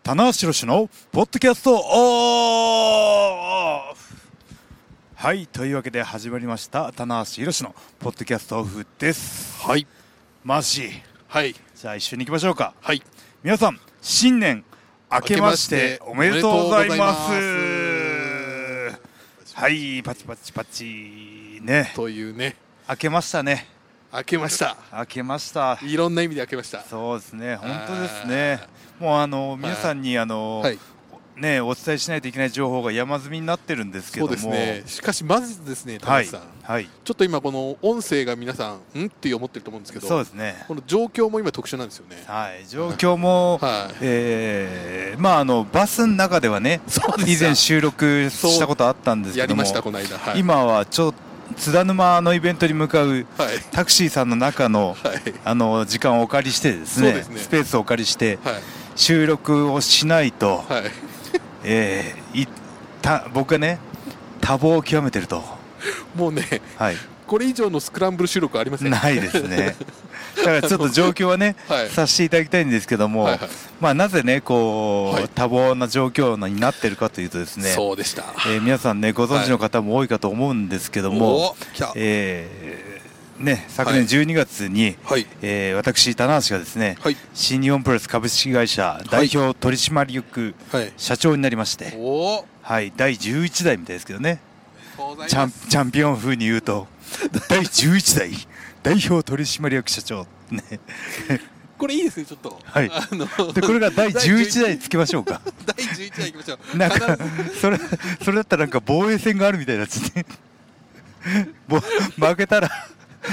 棚橋宏のポッドキャストオフ。はい、というわけで始まりました棚橋宏のポッドキャストオフです。 はい、 マーシー、 はい、 じゃあ一緒に行きましょうか。 はい、 皆さん新年明けましておめでとうございます。はい、パチパチパチね。 というね、 明けましたね。 明けました。 明けました。 いろんな意味で明けました。 そうですね、本当ですね。もう皆さんにはい、 ね、お伝えしないといけない情報が山積みになってるんですけども。 そうですね。しかしまずですね、田中さん、 はい、 ちょっと今この音声が皆さんって思ってると思うんですけど、 そうですね。 この状況も今特殊なんですよね。 はい、状況も、 はい、 バスの中ではね、以前収録したことあったんですけども、 やりましたこの間。はい、 今は津田沼のイベントに向かうタクシーさんの中の、 はい、 時間をお借りしてですね、スペースをお借りして、はい、収録をしないと、はい、僕がね多忙を極めてると。 もうね、はい、これ以上のスクランブル収録ありません。 ないですね。だからちょっと状況はね、はい、させていただきたいんですけども、はいはい、なぜねこう、はい、多忙な状況になっているかというとですね、 そうでした。 皆さんねご存知の方も多いかと思うんですけども、ね、昨年12月に、はい、私棚橋がですね、はい、新日本プロレス株式会社代表取締役社長になりまして、はい、第11代みたいですけどね、チャンピオン風に言うと第11代代表取締役社長ね。 これいいですね、ちょっと。 はい。でこれが第11代つけましょうか。 第11代いきましょう。 なんかそれだったらなんか防衛戦があるみたいなやつね。負けたら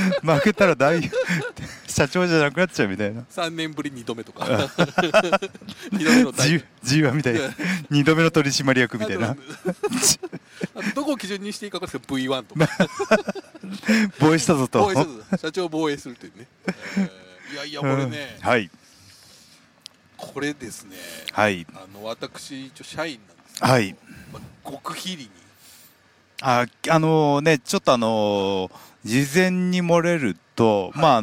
社長じゃなくなっちゃうみたいな。 3年ぶり2度目とか。2度目の G1 みたいな。2度目の取締役みたいな。 どこを基準にしていいか分かんないですけど V1 とか。 防衛したぞと。 社長を防衛するというね。いやこれね、 はい、 これですね、 はい、 私一応社員なんですけど、はい、 極秘裏にねちょっと事前に漏れると、はい、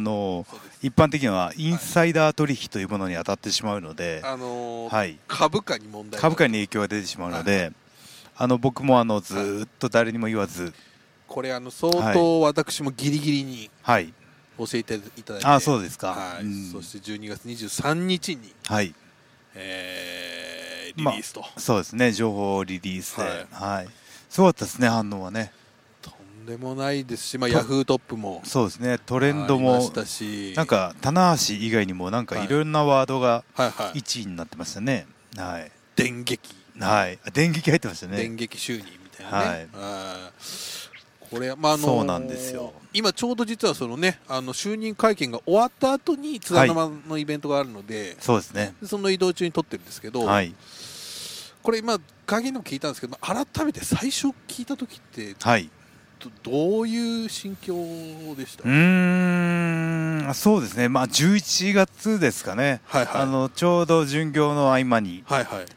一般的にはインサイダー取引というものに当たってしまうので、 はい、株価に問題、 株価に影響が出てしまうので、はい、僕もずっと誰にも言わず、 これ相当私もギリギリに、はい、教えていただいて、 あ、そうですか、 はい、そして12月23日に、はい、リリースと、 そうですね、情報リリースで、はい、すごかったですね、反応はね。 とんでもないですし、ヤフートップもそうですね、トレンドもなんか棚橋以外にもなんかいろんなワードが1位になってましたね。はい、 電撃、 はい、電撃入ってましたね。 電撃就任みたいなね。はい、これそうなんですよ。 今ちょうど実はそのね就任会見が終わった後に津田沼のイベントがあるので、 そうですね。 その移動中に撮ってるんですけど、はい、これ鍵の聞いたんですけど、改めて最初聞いた時って、はい、どういう心境でした？ そうですね。11月ですかね。はいはい、ちょうど巡業の合間に、はいはい、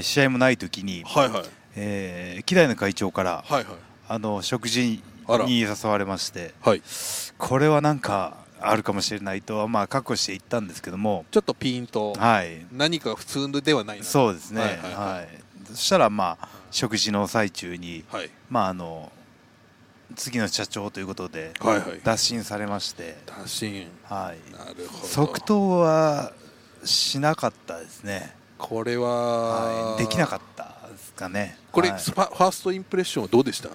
試合もない時に、はいはい、希代の会長から、はいはい、食事に誘われまして、はい、これはなんかあるかもしれないと覚悟して行ったんですけども、 ちょっとピンと、はい、何か普通ではないな。 そうですね。はいはいはい、そしたら食事の最中に、はい、次の社長ということで、はいはい、脱診されまして、 脱診、はい、なるほど。 即答はしなかったですね。 これは、 はい、できなかったですかね。 これ、 はい、 ファーストインプレッションはどうでした？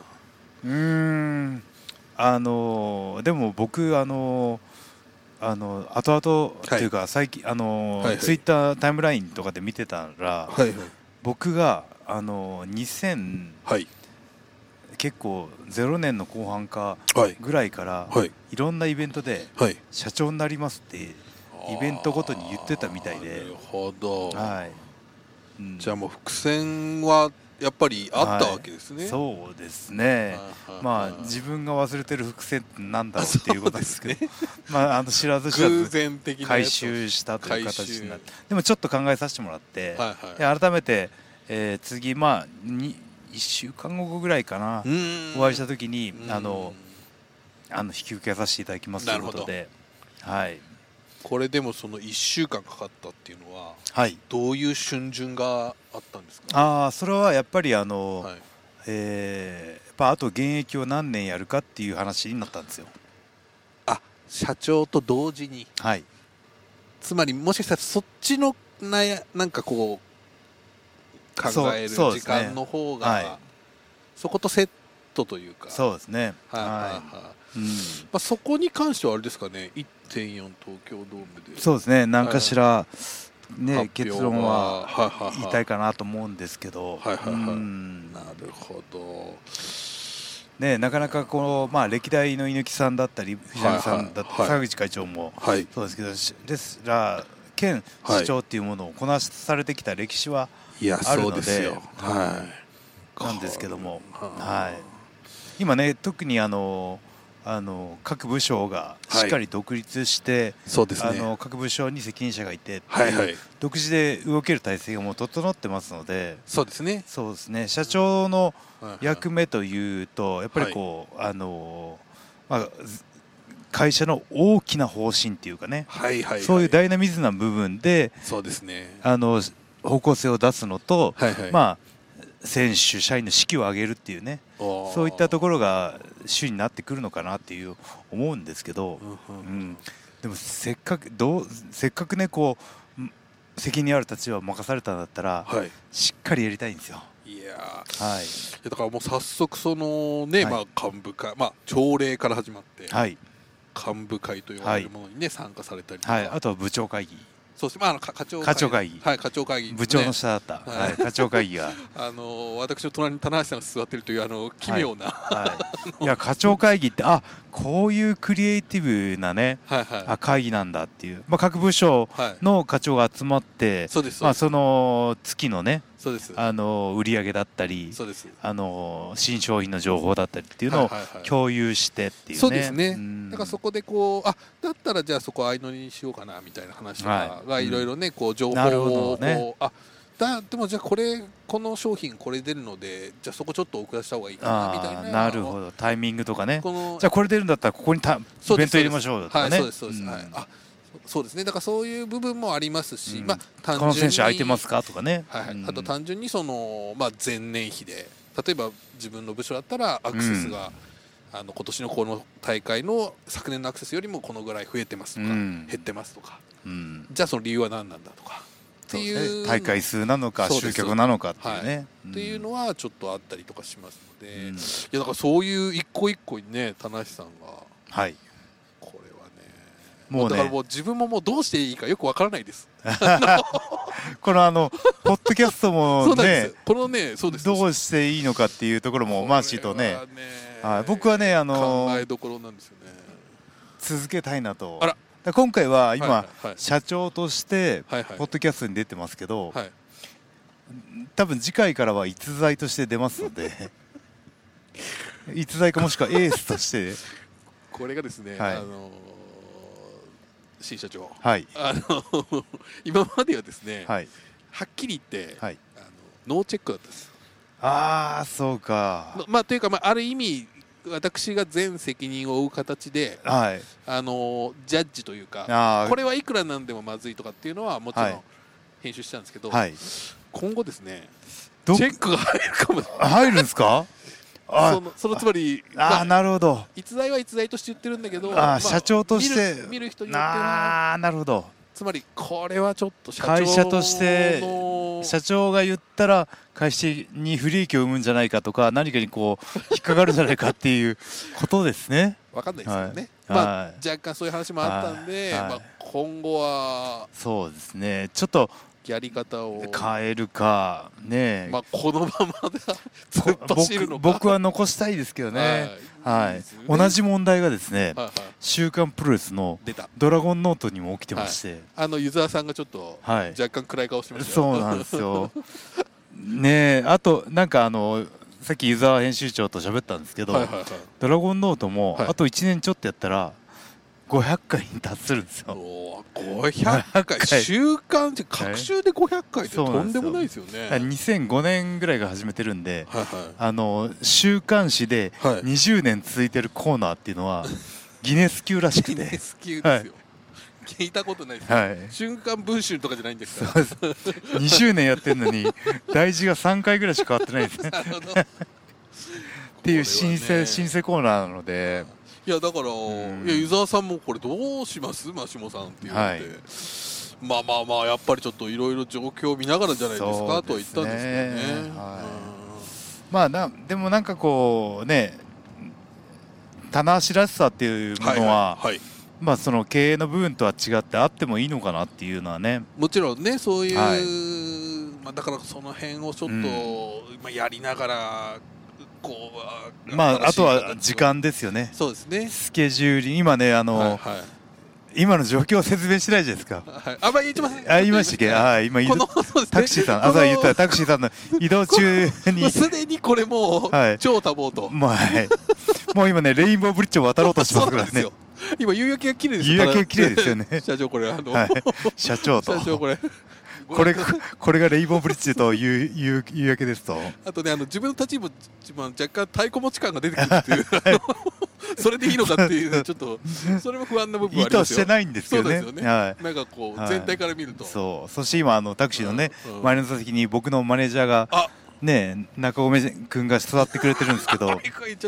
でも僕後々というか最近はいはい、ツイッタータイムラインとかで見てたら、はいはい、僕が2000、はい、結構0年の後半かぐらいから、はい、いろんなイベントで社長になりますってイベントごとに言ってたみたいで。 なるほど、はい、じゃあもう伏線はやっぱりあったわけですね。 はい、そうですね。自分が忘れてる伏線ってなんだろうっていうことですけど、知らず知らず回収したという形になって、でもちょっと考えさせてもらって、はいはい、改めて、次1週間後ぐらいかなお会いした時に引き受けさせていただきますということで、はい、 これでもその1週間かかったっていうのは、 はい、 どういう春巡があったんですか？ それはやっぱりやっぱあと現役を何年やるかっていう話になったんですよ。 社長と同時に、 はい、 つまりもしかしたらそっちのなんかこう考える時間の方が、はい、そことセットというか、 そうですね、 そこに関してはあれですかね、1.4 東京ドームで、 そうですね、何かしら、ね、結論は言いたいかなと思うんですけど、 なるほど。 ね、なかなかこう、歴代の猪木さんだったり藤波さんだったり坂口会長もそうですけど、ですら県市長っていうものをこなされてきた歴史はあるので、なんですけども、今ね特に各部署がしっかり独立して、各部署に責任者がいて、独自で動ける体制がもう整ってますので、 そうですね、 社長の役目というとやっぱりこう、会社の大きな方針っていうかね、そういうダイナミズムな部分で方向性を出すのと、選手社員の士気を上げるっていうね、そういったところが主になってくるのかなっていう思うんですけど、でもせっかくねこう責任ある立場を任されたんだったら、しっかりやりたいんですよ。 だからもう早速そのね、幹部会、朝礼から始まって、幹部会と言われるものにね、参加されたりとか、 あとは部長会議、 そうですね、課長会議、課長会議、 部長の下だった、課長会議が私の隣に棚橋さんが座っているという奇妙な、 いや課長会議ってこういうクリエイティブなね、会議なんだっていう、各部署の課長が集まって、その月のね売り上げだったり新商品の情報だったりっていうのを共有してっていうね、 そうですね、だからそこでこうだったらじゃあそこ相乗りにしようかなみたいな話とかがいろいろねこう情報をでもじゃあこの商品これ出るのでじゃあそこちょっと遅らせた方がいいかなみたいな、 なるほど、タイミングとかね、じゃあこれ出るんだったらここにイベント入れましょうとかね、 そうですね、だからそういう部分もありますし、単純にこの選手空いてますかとかね、 あと単純にその、前年比で例えば自分の部署だったらアクセスが、今年のこの大会の昨年のアクセスよりもこのぐらい増えてますとか、減ってますとか、じゃあその理由は何なんだとかっていう、 大会数なのか集客なのかっていうね、 っていうのはちょっとあったりとかしますので、いやだからそういう一個一個にね棚橋さんが、これはねもうだからもう自分ももうどうしていいかよくわからないですこのポッドキャストもねこのねそうです、 どうしていいのかっていうところもマーシーとね、僕はね考えどころなんですよね。 続けたいなと。今回は今社長としてポッドキャストに出てますけど、多分次回からは逸材として出ますので逸材かもしくはエースとしてこれがですね、新社長、今まではですね、はっきり言って、ノーチェックだったんです。 そうか。 というか、ある意味私が全責任を負う形で、ジャッジというかこれはいくらなんでもまずいとかっていうのはもちろん編集したんですけど、今後ですねチェックが入るかもしれない。 入るんですか？ そのつまりなるほど、 逸材は逸材として言ってるんだけど、 社長として見る人によってはなるほど、 つまりこれはちょっと会社として社長が言ったら会社に不利益を生むんじゃないかとか何かにこう引っかかるんじゃないかっていうことですね。 分かんないですけどね、若干そういう話もあったんで、今後はそうですね、ちょっとやり方を変えるかね、 このままで突っ走るのか僕は残したいですけどね。同じ問題がですね、週刊プロレスのドラゴンノートにも起きてまして、 湯沢さんがちょっと若干暗い顔してました。 そうなんですよね。あとなんかさっき湯沢編集長と喋ったんですけど、ドラゴンノートもあと1年ちょっとやったら500回に達するんですよ。 500回週間で隔週で500回ってとんでもないですよね。 2005年ぐらいが始めてるんで、週刊誌で20年続いてるコーナーっていうのはギネス級らしくて、 ギネス級ですよ。 聞いたことないです、 はい、 瞬間文春とかじゃないんですか。 そうです2周年やってるのに大事が3回ぐらいしか変わってないですねなるほどっていう新生コーナーなので、 いやだから、いや湯沢さんもこれどうしますマシモさんって言われて、まあやっぱりちょっといろいろ状況を見ながらじゃないですかとは言ったんですけどね。 まあでもなんかこうね、棚橋らしさっていうものは、まあその経営の部分とは違ってあってもいいのかなっていうのはね、 もちろんねそういう、まあだからその辺をちょっと、まあやりながらこう、 まああとは時間ですよね。 そうですね。 スケジュール今ね今の状況を説明してないじゃないですか。 あ、まあ言ってますね。 言いましたっけ？今タクシーさん、朝言ったらタクシーさんの移動中にすでにこれもう超多忙と。 もう今ねレインボーブリッジを渡ろうとしますからね。 今夕焼けが綺麗ですよ。夕焼けが綺麗ですよね。 社長これ社長と。 社長これ。 これがレインボーブリッジと夕焼けですと。 あとね自分の立ちも若干太鼓持ち感が出てくるっていうそれでいいのかっていうちょっとそれも不安な部分はありますよ。 意図してないんですけどね。 そうですよね。なんかこう全体から見ると。 そして今タクシーのね前の座席に僕のマネージャーがね中込君が座ってくれてるんですけど、 言っちゃった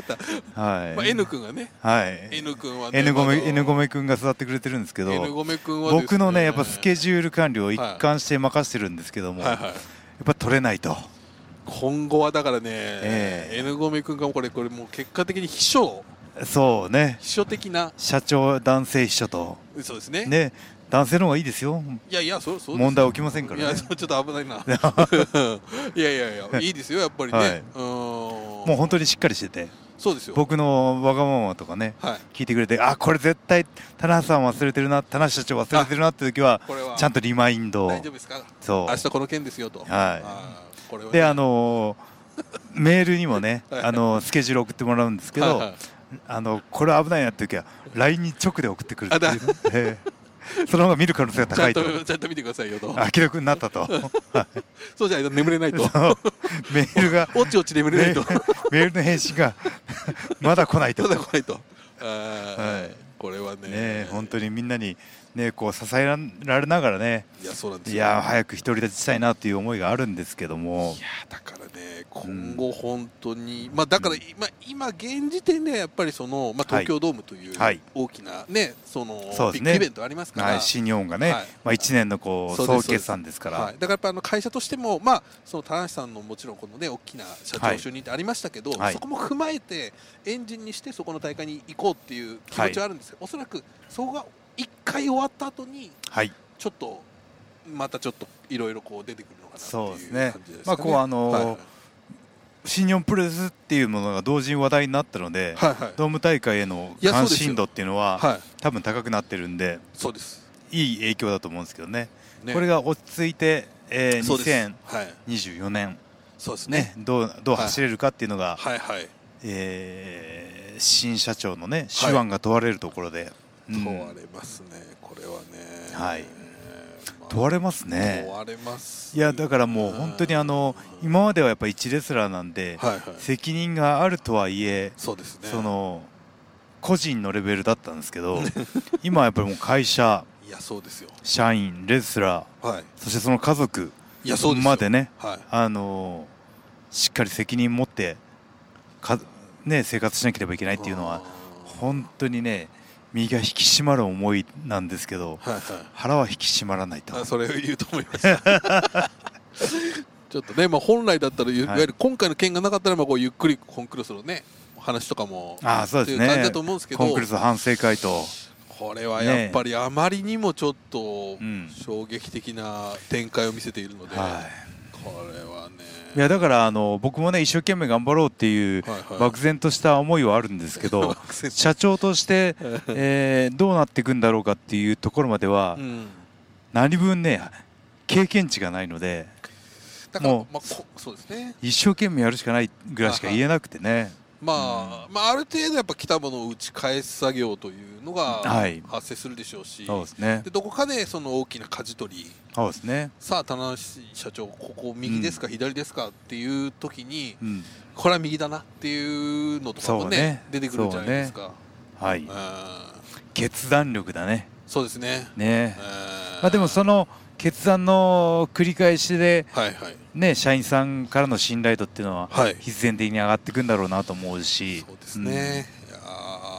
。N 君がね。N 君はね。 N 込君が座ってくれてるんですけど、僕のねやっぱスケジュール管理を一貫して任せてるんですけども、やっぱ取れないと。 今後はだからね N 込君がこれもう結果的に秘書。 そうね。 秘書的な社長男性秘書と。 そうですね。 ね。男性の方がいいですよ。 いやそう問題起きませんからね。 いやちょっと危ないな。いやいいですよやっぱりね。 もう本当にしっかりしてて。 そうですよ。 僕のわがままとかね、聞いてくれて、これ絶対棚橋さん忘れてるな、棚橋社長忘れてるなって時はちゃんとリマインド。 大丈夫ですか。 そう。 明日この件ですよと。 でメールにもねスケジュール送ってもらうんですけど、これ危ないなって時は LINE に直で送ってくるっていう。その方が見る可能性が高いと。 ちゃんと見てくださいよと。 記録になったと。 そうじゃないと眠れないと。 メールがおち眠れないと。 メールの返信がまだ来ないと。 まだ来ないと。これはね。 本当にみんなにねこう支えられながらね。いや早く独り立ちしたいなっていう思いがあるんですけども。 いやだからね今後本当にだから今現時点でやっぱり東京ドームという大きなねビッグイベントありますから、 新日本がね1年の総決算ですから、 だからやっぱ会社としてもその田中さんのもちろんこのね大きな社長就任ってありましたけど、そこも踏まえてエンジンにしてそこの大会に行こうっていう気持ちはあるんですけど、おそらくそこが1回終わった後にちょっとまたちょっといろいろ出てくるのかなっていう感じですね。 新日本プロレスっていうものが同時に話題になったので、ドーム大会への関心度っていうのは多分高くなってるんで、いい影響だと思うんですけどね。これが落ち着いて2024年どう走れるかっていうのが新社長のね手腕が問われるところで。 問われますねこれはね。 問われますね。いやだからもう本当に今まではやっぱり1レスラーなんで責任があるとはいえ個人のレベルだったんですけど今はやっぱりもう会社社員レスラーそしてその家族までねしっかり責任持って生活しなければいけないっていうのは本当にね身が引き締まる思いなんですけど、腹は引き締まらないと。 それを言うと思います。ちょっとね、本来だったらいわゆる今回の件がなかったらゆっくりコンクルースのね話とかもそうですね。 感じだと思うんですけど、 コンクルース反省会とこれはやっぱりあまりにもちょっと衝撃的な展開を見せているので、これはね。 いやだから僕もね一生懸命頑張ろうっていう漠然とした思いはあるんですけど社長としてどうなっていくんだろうかっていうところまでは何分ね経験値がないのでもう一生懸命やるしかないぐらいしか言えなくてね。 ある程度やっぱ来たものを打ち返す作業というのが発生するでしょうし、でどこかでその大きな舵取り、さあ棚橋社長ここ右ですか左ですかっていう時にこれは右だなっていうのとかもね出てくるんじゃないですか。 決断力だね。 そうですね。 まあ、でもその決断の繰り返しで、 はいはい、 ね、社員さんからの信頼度っていうのは必然的に上がっていくんだろうなと思うし、 そうですね、いや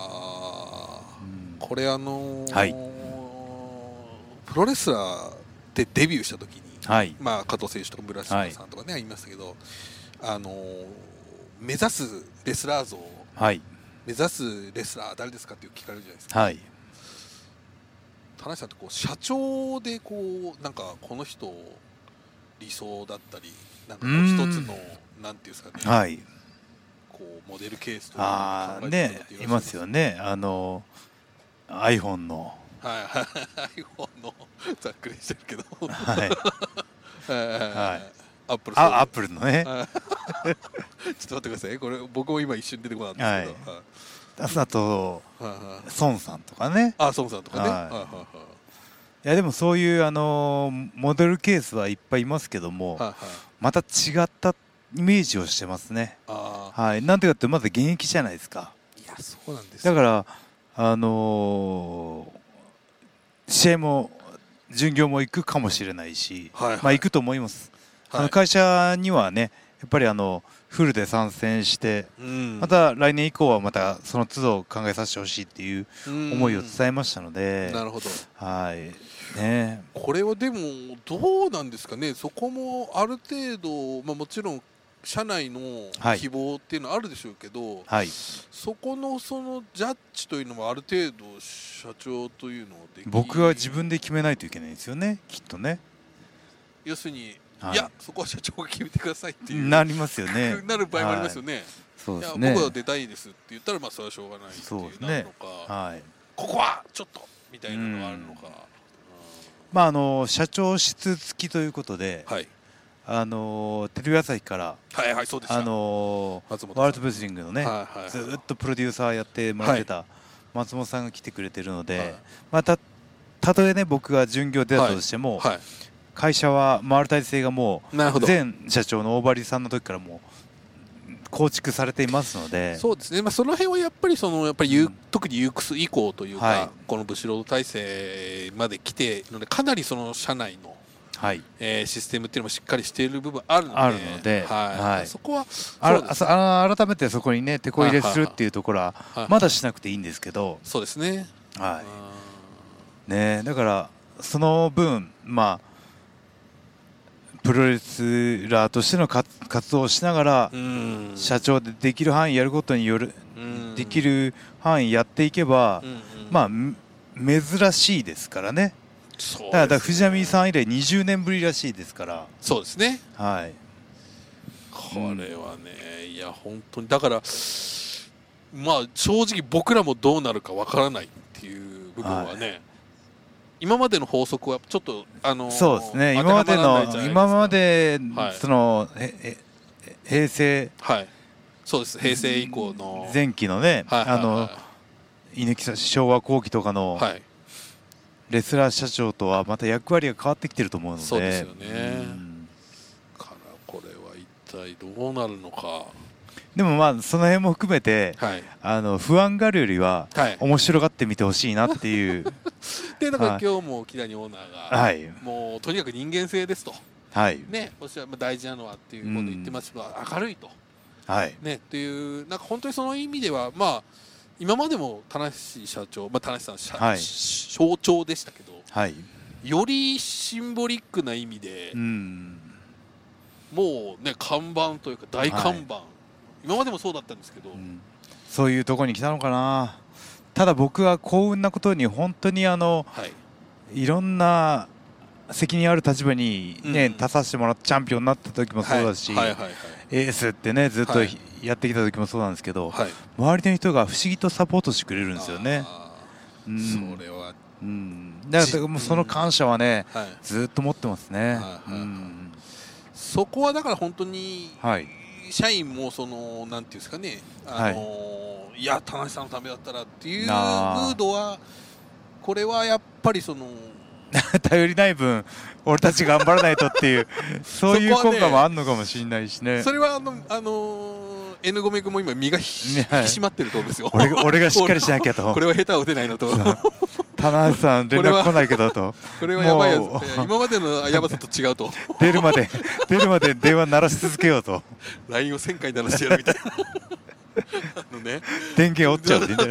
これはい、プロレスラーでデビューした時に、 はい、 まあ、加藤選手とか村島さんとかね、言いましたけど、目指すレスラー像、 はい、 目指すレスラー誰ですかって聞かれるじゃないですか。 はい、 田中さんってこう社長でこうなんかこの人理想だったりなんかもう一つのなんていうんですかね、 はい、 こうモデルケースというか考えてる方っていますよね。iPhone の iPhone のざっくりしてるけどはいアップルのねちょっと待ってください、これ僕も今一瞬出てこなかったんですけど、 あと孫さんとかね、 孫さんとかね、 いやでもそういうモデルケースはいっぱいいますけども、また違ったイメージをしてますね。はい、なんていうかってまだ現役じゃないですか。 いやそうなんですよ。だから試合も巡業も行くかもしれないし、まあ行くと思います。会社にはねやっぱりフルで参戦して、また来年以降はまたその都度考えさせてほしいっていう思いを伝えましたので、 なるほど、 はいね、 これはでもどうなんですかね、そこもある程度、まあ、もちろん社内の希望っていうのはあるでしょうけど、 はい、 そこのそのジャッジというのもある程度社長というのをでき僕は自分で決めないといけないんですよね、きっとね。 要するにいやそこは社長が決めてくださいっていうなりますよねなる場合もありますよね。 そうですね、 僕は出たいですって言ったらまあそれはしょうがないっていうなるのか、ここはちょっとみたいなのがあるのか、 まあ社長室付きということで、テレビ朝日からワールドブスリングのねずっとプロデューサーやってもらってた松本さんが来てくれてるので、またとえね僕が巡業出たとしても、会社は回る体制がもう前社長の大張さんの時からもう構築されていますので、 そうですね、まあ、その辺はやっぱり特にユークス以降というか、このブシロード体制まで来ているのでかなりその社内の、システムっていうのもしっかりしている部分あるので、そこは改めてそこにね手こ入れするっていうところはまだしなくていいんですけど、 そうですね、 ね、だからその分まあプロレスラーとしての活動をしながら社長でできる範囲やることによるできる範囲やっていけばまあ珍しいですからね。だから藤波さん以来20年ぶりらしいですから。 そうですね、 はい、 これはね、いや本当にだからまあ正直僕らもどうなるかわからないっていう部分はね、今までの法則はちょっとそうですね、今までその平成、 そうです平成以降の前期のね猪木さん昭和後期とかのレスラー社長とはまた役割が変わってきてると思うので、 そうですよね、からこれは一体どうなるのか。 でもまあその辺も含めて、不安があるよりは面白がってみてほしいなっていうでだから今日も木谷オーナーが、もうとにかく人間性ですと、ね、私は大事なのはっていうことを言ってますが、明るいと、ね、っていうなんか本当にその意味ではまあ今までも田無社長、田無さん象徴でしたけど、よりシンボリックな意味で、もうね看板というか大看板、今までもそうだったんですけど、 そういうところに来たのかな。ただ僕は幸運なことに本当にいろんな責任ある立場にね立たせてもらってチャンピオンになった時もそうだし、エースってねずっとやってきた時もそうなんですけど、周りの人が不思議とサポートしてくれるんですよね。 それはだからもうその感謝はねずっと持ってますね。 そこはだから本当に社員もそのなんていうんですかね、いや田無さんのためだったらっていうムードはこれはやっぱりその頼りない分俺たち頑張らないとっていうそういう効果もあるのかもしれないしね。 それはN ゴメ君も今身が引き締まってると思うんですよ。 俺がしっかりしなきゃとこれは下手は打てないのと棚橋さん連絡来ないけどとこれはやばいやつ、今までのやばさと違うと出るまで電話鳴らし続けようと LINE を1000回鳴らしてやるみたいなね、 電源折っちゃうみたいな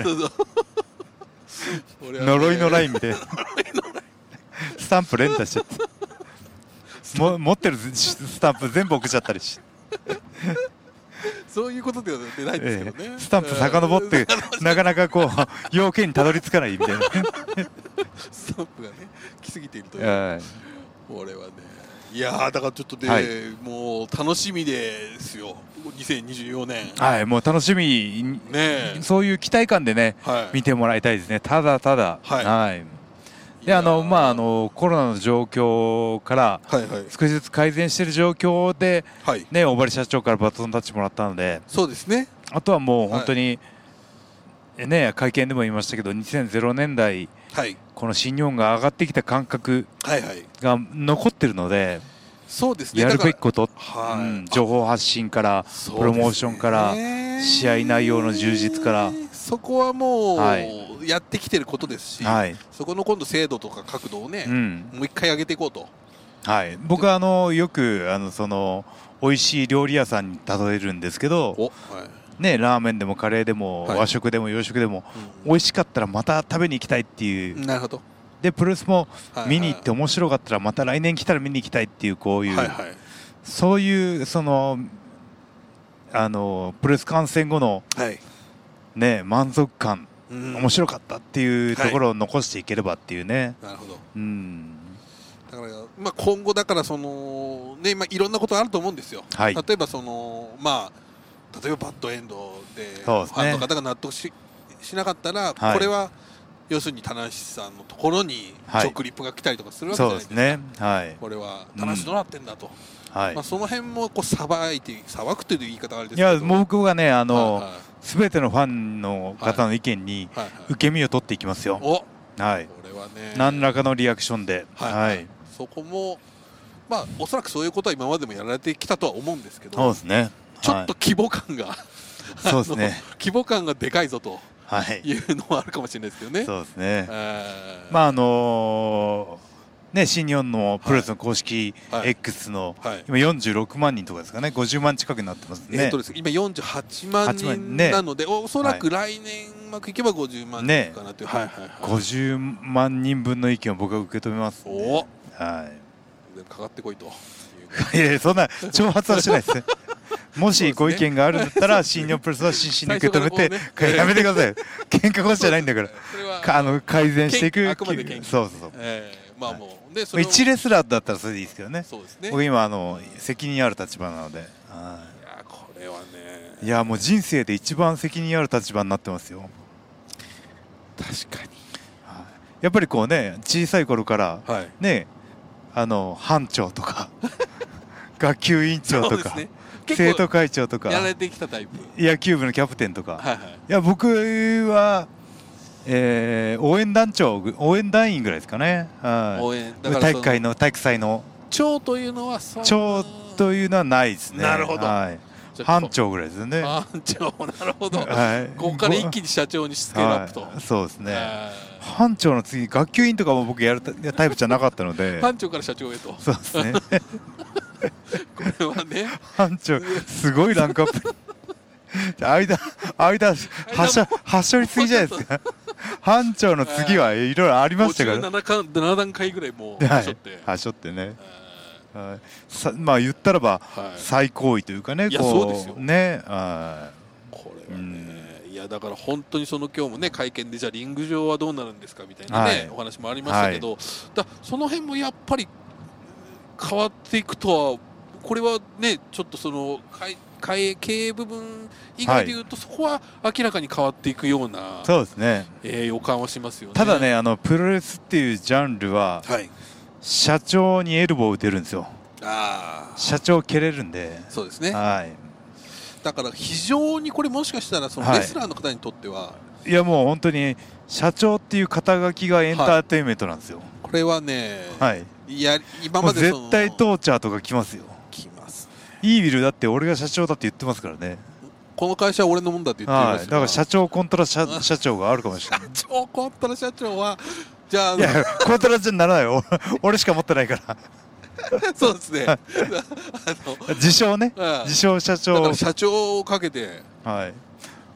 呪いのラインみたいなスタンプ連打しちゃって持ってるスタンプ全部送っちゃったりしそういうことではないですけどね、 スタンプ遡ってなかなかこう要件にたどり着かないみたいなスタンプがね来すぎているという、これはね、いやだからちょっとね、もう楽しみですよ2024年。 はい、もう楽しみね、そういう期待感でね、見てもらいたいですね。ただただ、でコロナの状況から少しずつ改善している状況で、ね、大張社長からバトンタッチもらったので、 そうですね、 あとはもう本当に、ね、会見でも言いましたけど2000年代、この新日本が上がってきた感覚が残ってるので、 そうですね、 やるべきこと、情報発信からプロモーションから試合内容の充実から、 そこはもうやってきてることですし、そこの今度精度とか角度をね、もう一回上げていこうと。 僕はよく美味しい料理屋さんに例えるんですけど、ね、ラーメンでもカレーでも和食でも洋食でも美味しかったらまた食べに行きたいっていう。 なるほど。 でプロレスも見に行って面白かったらまた来年来たら見に行きたいっていう、こういう、そういうプロレス観戦後の、ね、満足感、面白かったっていうところを残していければっていうね。 なるほど。だから今後だからいろんなことあると思うんですよ。例えば例えばバッドエンドでファンの方が納得しなかったら、これは要するに棚橋さんのところに直リップが来たりとかするわけじゃないですか。これは棚橋どうなってんだと、その辺も裁くという言い方はあれですけど、 いや僕がねすべてのファンの方の意見に受け身を取っていきますよ。これはね、何らかのリアクションで、 そこもおそらくそういうことは今までもやられてきたとは思うんですけど、 そうですね、 ちょっと規模感がそうですね、 規模感がでかいぞというのはあるかもしれないですけどね。 そうですね。ね、新日本のプロレスの公式 X の今46万人とかですかね、50万近くになってますね。 今48万人なので、おそらく来年うまくいけば50万人かなという。 50万人分の意見を僕は受け止めます。 かかってこいと。 いやそんな挑発はしないですね。もしご意見があるんだったら新日本プロレスは真摯に受け止めて、やめてください。喧嘩腰じゃないんだから、改善していく。そうそう。一レスラーだったらそれでいいですけどね。僕今責任ある立場なので。いやこれはね。 いやもう人生で一番責任ある立場になってますよ。 確かに。 やっぱりこうね、小さい頃からね、班長とか学級委員長とか生徒会長とかやられてきたタイプ、 野球部のキャプテンとか、いや僕は応援団員ぐらいですかね。体育祭の長というのはないですね。 なるほど。 班長ぐらいですよね。 班長、なるほど。ここから一気に社長にスケールアップと。 そうですね。班長の次学級委員とかも僕やるタイプじゃなかったので。 班長から社長へと。 そうですね。 これはね。 班長すごいランクアップ。間はしょりすぎじゃないですか。班長の次はいろいろありましたから。 7段階ぐらいもうはしょってね。まあ言ったらば最高位というかね。 そうですよね。 これはね、いやだから本当に今日もね会見でじゃあリング上はどうなるんですかみたいなねお話もありましたけど、その辺もやっぱり変わっていくとは、これはねちょっと経営部分以外でいうとそこは明らかに変わっていくような、 そうですね、 予感はしますよね。 ただねプロレスっていうジャンルは、社長にエルボー打てるんですよ。社長蹴れるんで。 そうですね。だから非常にこれもしかしたらそのレスラーの方にとっては、 いやもう本当に社長っていう肩書きがエンターテインメントなんですよ。 これはね、いや今まで絶対トーチャーとか来ますよ。 来ます。 イービルだって俺が社長だって言ってますからね。 この会社は俺のもんだって言ってますよ。 だから社長コントラ社長があるかもしれない。 社長コントラ社長はじゃあいやコントラッチにならないよ俺しか持ってないからそうですね自称ね、自称社長、 だから社長をかけて、 はい、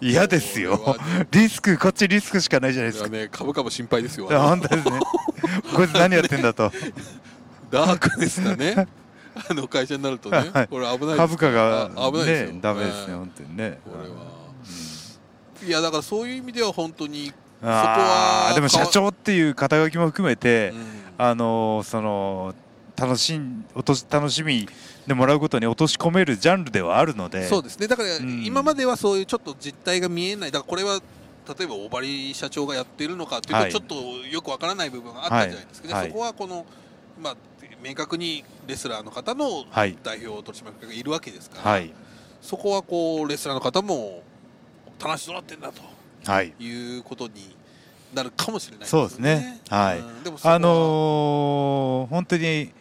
嫌ですよ、リスク、こっちリスクしかないじゃないですか、 ね、株価も心配ですよ、 本当ですねこいつ何やってんだとダークですかね会社になるとね、これ危ないです、 株価が危ないですよ、 ダメですね、本当にね、 これは、いやだからそういう意味では本当にそこはでも社長っていう肩書きも含めて、その楽しみでもらうことに落とし込めるジャンルではあるので、 そうですね、だから今まではそういうちょっと実態が見えない、だからこれは例えば大張社長がやっているのかというと、ちょっとよくわからない部分があったじゃないですか、そこはこの、明確にレスラーの方の代表取締役がいるわけですから、そこはこうレスラーの方も話どうなってんだということになるかもしれないですね。 そうですね、はい、でも本当に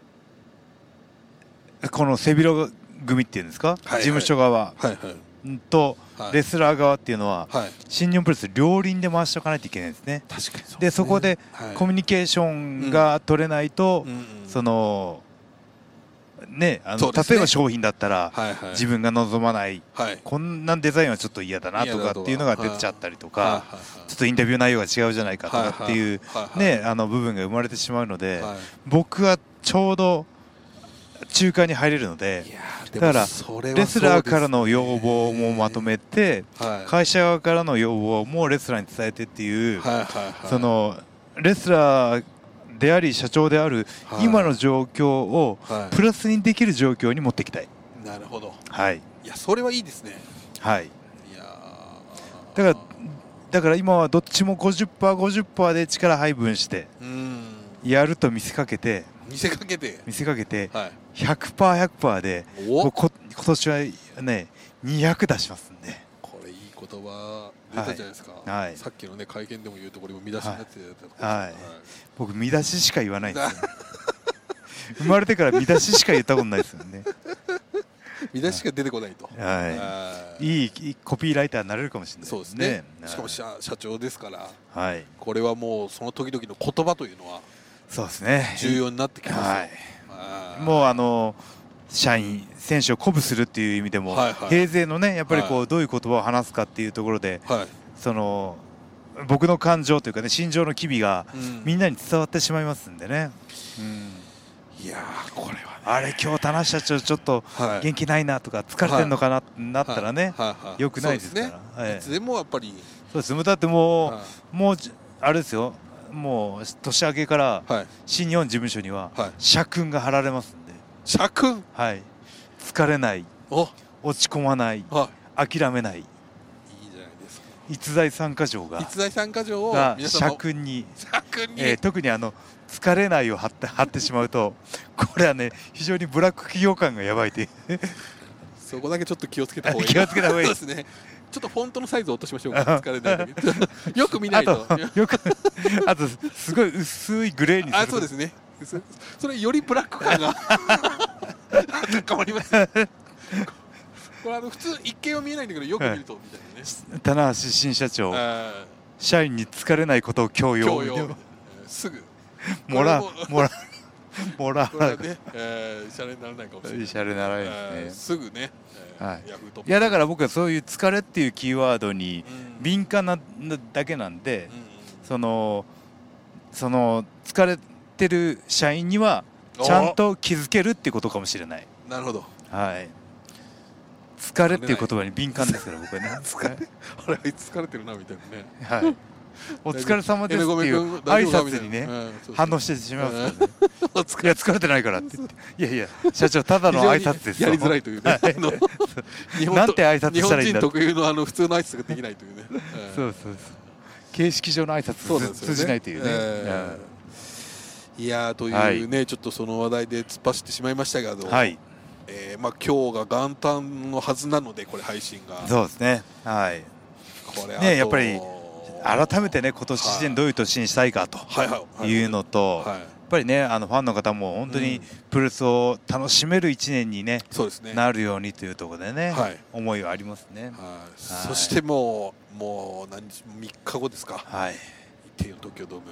この背広組っていうんですか、事務所側とレスラー側っていうのは、新日本プロレス両輪で回しておかないといけないんですね。でそこでコミュニケーションが取れないと、そのね、例えば商品だったら自分が望まない、こんなデザインはちょっと嫌だなとかっていうのが出ちゃったりとか、ちょっとインタビュー内容が違うじゃないかとかっていうね、部分が生まれてしまうので、僕はちょうど中間に入れるので、だからレスラーからの要望もまとめて、会社側からの要望もレスラーに伝えてっていう、そのレスラーであり社長である今の状況をプラスにできる状況に持っていきたい。 なるほど。 はい。 いやそれはいいですね。 はい。いやだから今はどっちも 50%50% で力配分してやると見せかけて 100%100% で今年はね200出しますんで。 これいい言葉出たじゃないですか。さっきのね会見でも言うところも見出しになってた。 はい。僕見出ししか言わないですよ。生まれてから見出ししか言ったことないですよね。 見出ししか出てこないと。 いいコピーライターになれるかもしれない。 そうですね。しかも社長ですから。これはもうその時々の言葉というのはそうですね。 重要になってきます。 もう社員選手を鼓舞するっていう意味でも平勢のねやっぱりこうどういう言葉を話すかっていうところで、その僕の感情というかね心情の機微がみんなに伝わってしまいますんでね。 いやこれはあれ今日田中社長ちょっと元気ないなとか疲れてんのかなってなったらねよくないですから。 いつでもやっぱりそうです。だってもうあれですよ。もう年明けから新日本事務所には社訓が貼られますんで。 社訓。 はい。疲れない。落ち込まない。諦めない。いいじゃないですか。 逸材参加条が社訓に特に疲れないを貼ってしまうとこれはね非常にブラック企業感がやばいというそこだけちょっと気をつけた方がいい。 気をつけた方がいいですね。ちょっとフォントのサイズを落としましょうか。疲れない時よく見ないと。 あとすごい薄いグレーにする。 そうですね。それよりブラック感が高まります。これ普通一見は見えないんだけどよく見るとみたいなね。 棚橋新社長社員に疲れないことを強要すぐもらこれはねシャレにならないかもしれない。 シャレにならないですね。すぐね。 いやだから僕はそういう疲れっていうキーワードに敏感なだけなんで、その疲れてる社員にはちゃんと気づけるっていうことかもしれない。 なるほど。 はい。疲れっていう言葉に敏感ですから僕はね。 あれ疲れてるなみたいなね。はい。お疲れ様ですっていう挨拶にね反応してしまいますからね。いや疲れてないからって言って、いやいや社長ただの挨拶ですよ。 やりづらいというね。 なんて挨拶したらいいんだ。 日本人特有の普通の挨拶ができないというね。 そう形式上の挨拶通じないというね。 いやというねちょっとその話題で突っ走ってしまいましたが、今日が元旦のはずなのでこれ配信が。 そうですね。はい。 これねやっぱり改めてね今年1年どういう年にしたいかというのと、やっぱりねファンの方も本当にプロレスを楽しめる1年にねなるようにというところでね思いはありますね。 そしてもう3日後ですか。1.4東京ドーム。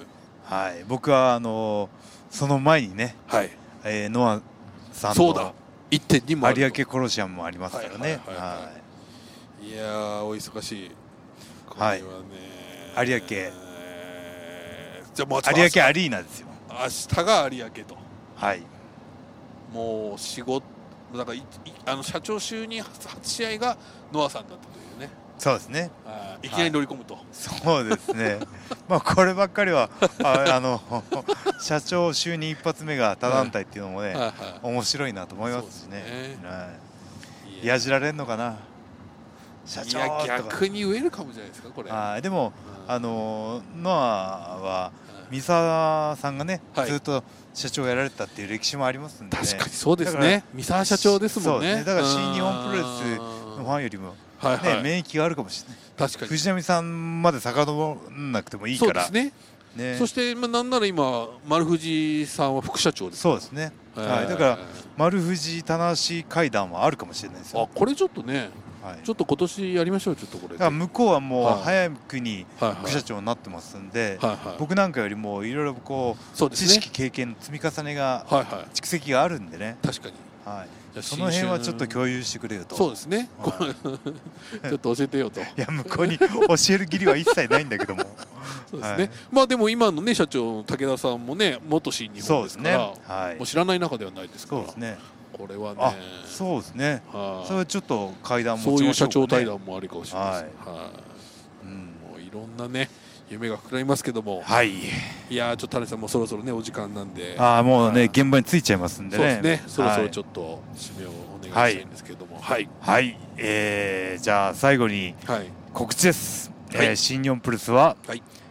はい、僕はその前にね、 はい、 ノアさんそうだ 1.2 もある有明コロシアムもありますからね。 いやーお忙しい。これはね、 有明、 じゃあもう有明アリーナですよ。 明日が有明と。 はい。 もう仕事だから社長就任初試合がノアさんだったというね。 そうですね。 いきなり乗り込むと。 そうですね。まあこればっかりは社長就任一発目が他団体っていうのもね、面白いなと思いますしね。やじられんのかな。社長とか。 いや逆にウェルカムじゃないですかこれ。 でもノアは三沢さんがね、ずっと社長をやられたっていう歴史もありますんで、ね、 確かにそうですね。三沢社長ですもんね。 だから新日本プロレスのファンよりも免疫があるかもしれない。 確かに藤波さんまで遡らなくてもいいから。 そうですね。そしてなんなら今丸藤さんは副社長です。 そうですね。だから丸藤棚橋会談はあるかもしれないですよ。 これちょっとね。ちょっと今年やりましょう。ちょっとこれ。 だから向こうはもう早くに副社長になってますんで、僕なんかよりもいろいろこう知識経験の積み重ねが蓄積があるんでね。 確かに。 その辺はちょっと共有してくれよと。 そうですね。ちょっと教えてよと。いや向こうに教える義理は一切ないんだけども。 そうですね。まあでも今のね社長の武田さんもね元新日本ですから、もう知らない中ではないですから。 そうですね。 これはね。 そうですね。それちょっと会談もそういう社長対談もありかもしれないです。もういろんなね夢が膨らみますけども。いやちょっと種さんもそろそろねお時間なんで。 もうね現場に着いちゃいますんでね。 そうですね。そろそろちょっと締めをお願いしたいんですけども。はい。 じゃあ最後に告知です。新日本プロレスは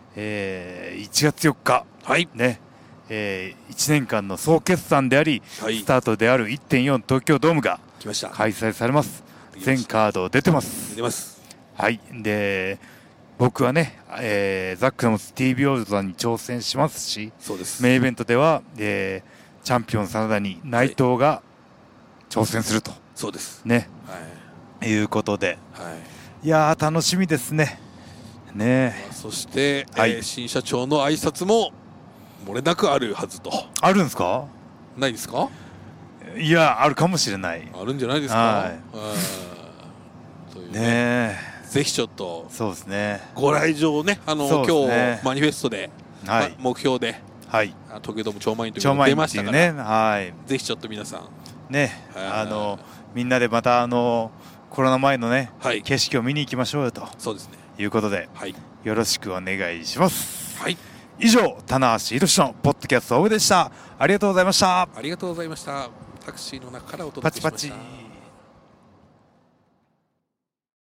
1月4日ね。1年間の総決算であり、スタートである 1.4 東京ドームが開催されます。全カード出てます。で僕はね、ザックのスティービー・オールドさんに挑戦しますし、メインイベントでは、チャンピオン真田に内藤が挑戦するとね、いうことで、いやー楽しみですね。 そして、新社長の挨拶も漏れなくあるはずと。 あるんですか？ ないですか？ いやあるかもしれない。 あるんじゃないですか？ね、ぜひちょっとそうですね。 ご来場ね今日マニフェストで目標で東京ドーム超満員というのが出ましたからぜひちょっと皆さんねみんなでまたコロナ前のね景色を見に行きましょうよということでよろしくお願いします。以上、棚橋宏のポッドキャストオフでした。ありがとうございました。 ありがとうございました。タクシーの中からお届けしました。 パチパチ。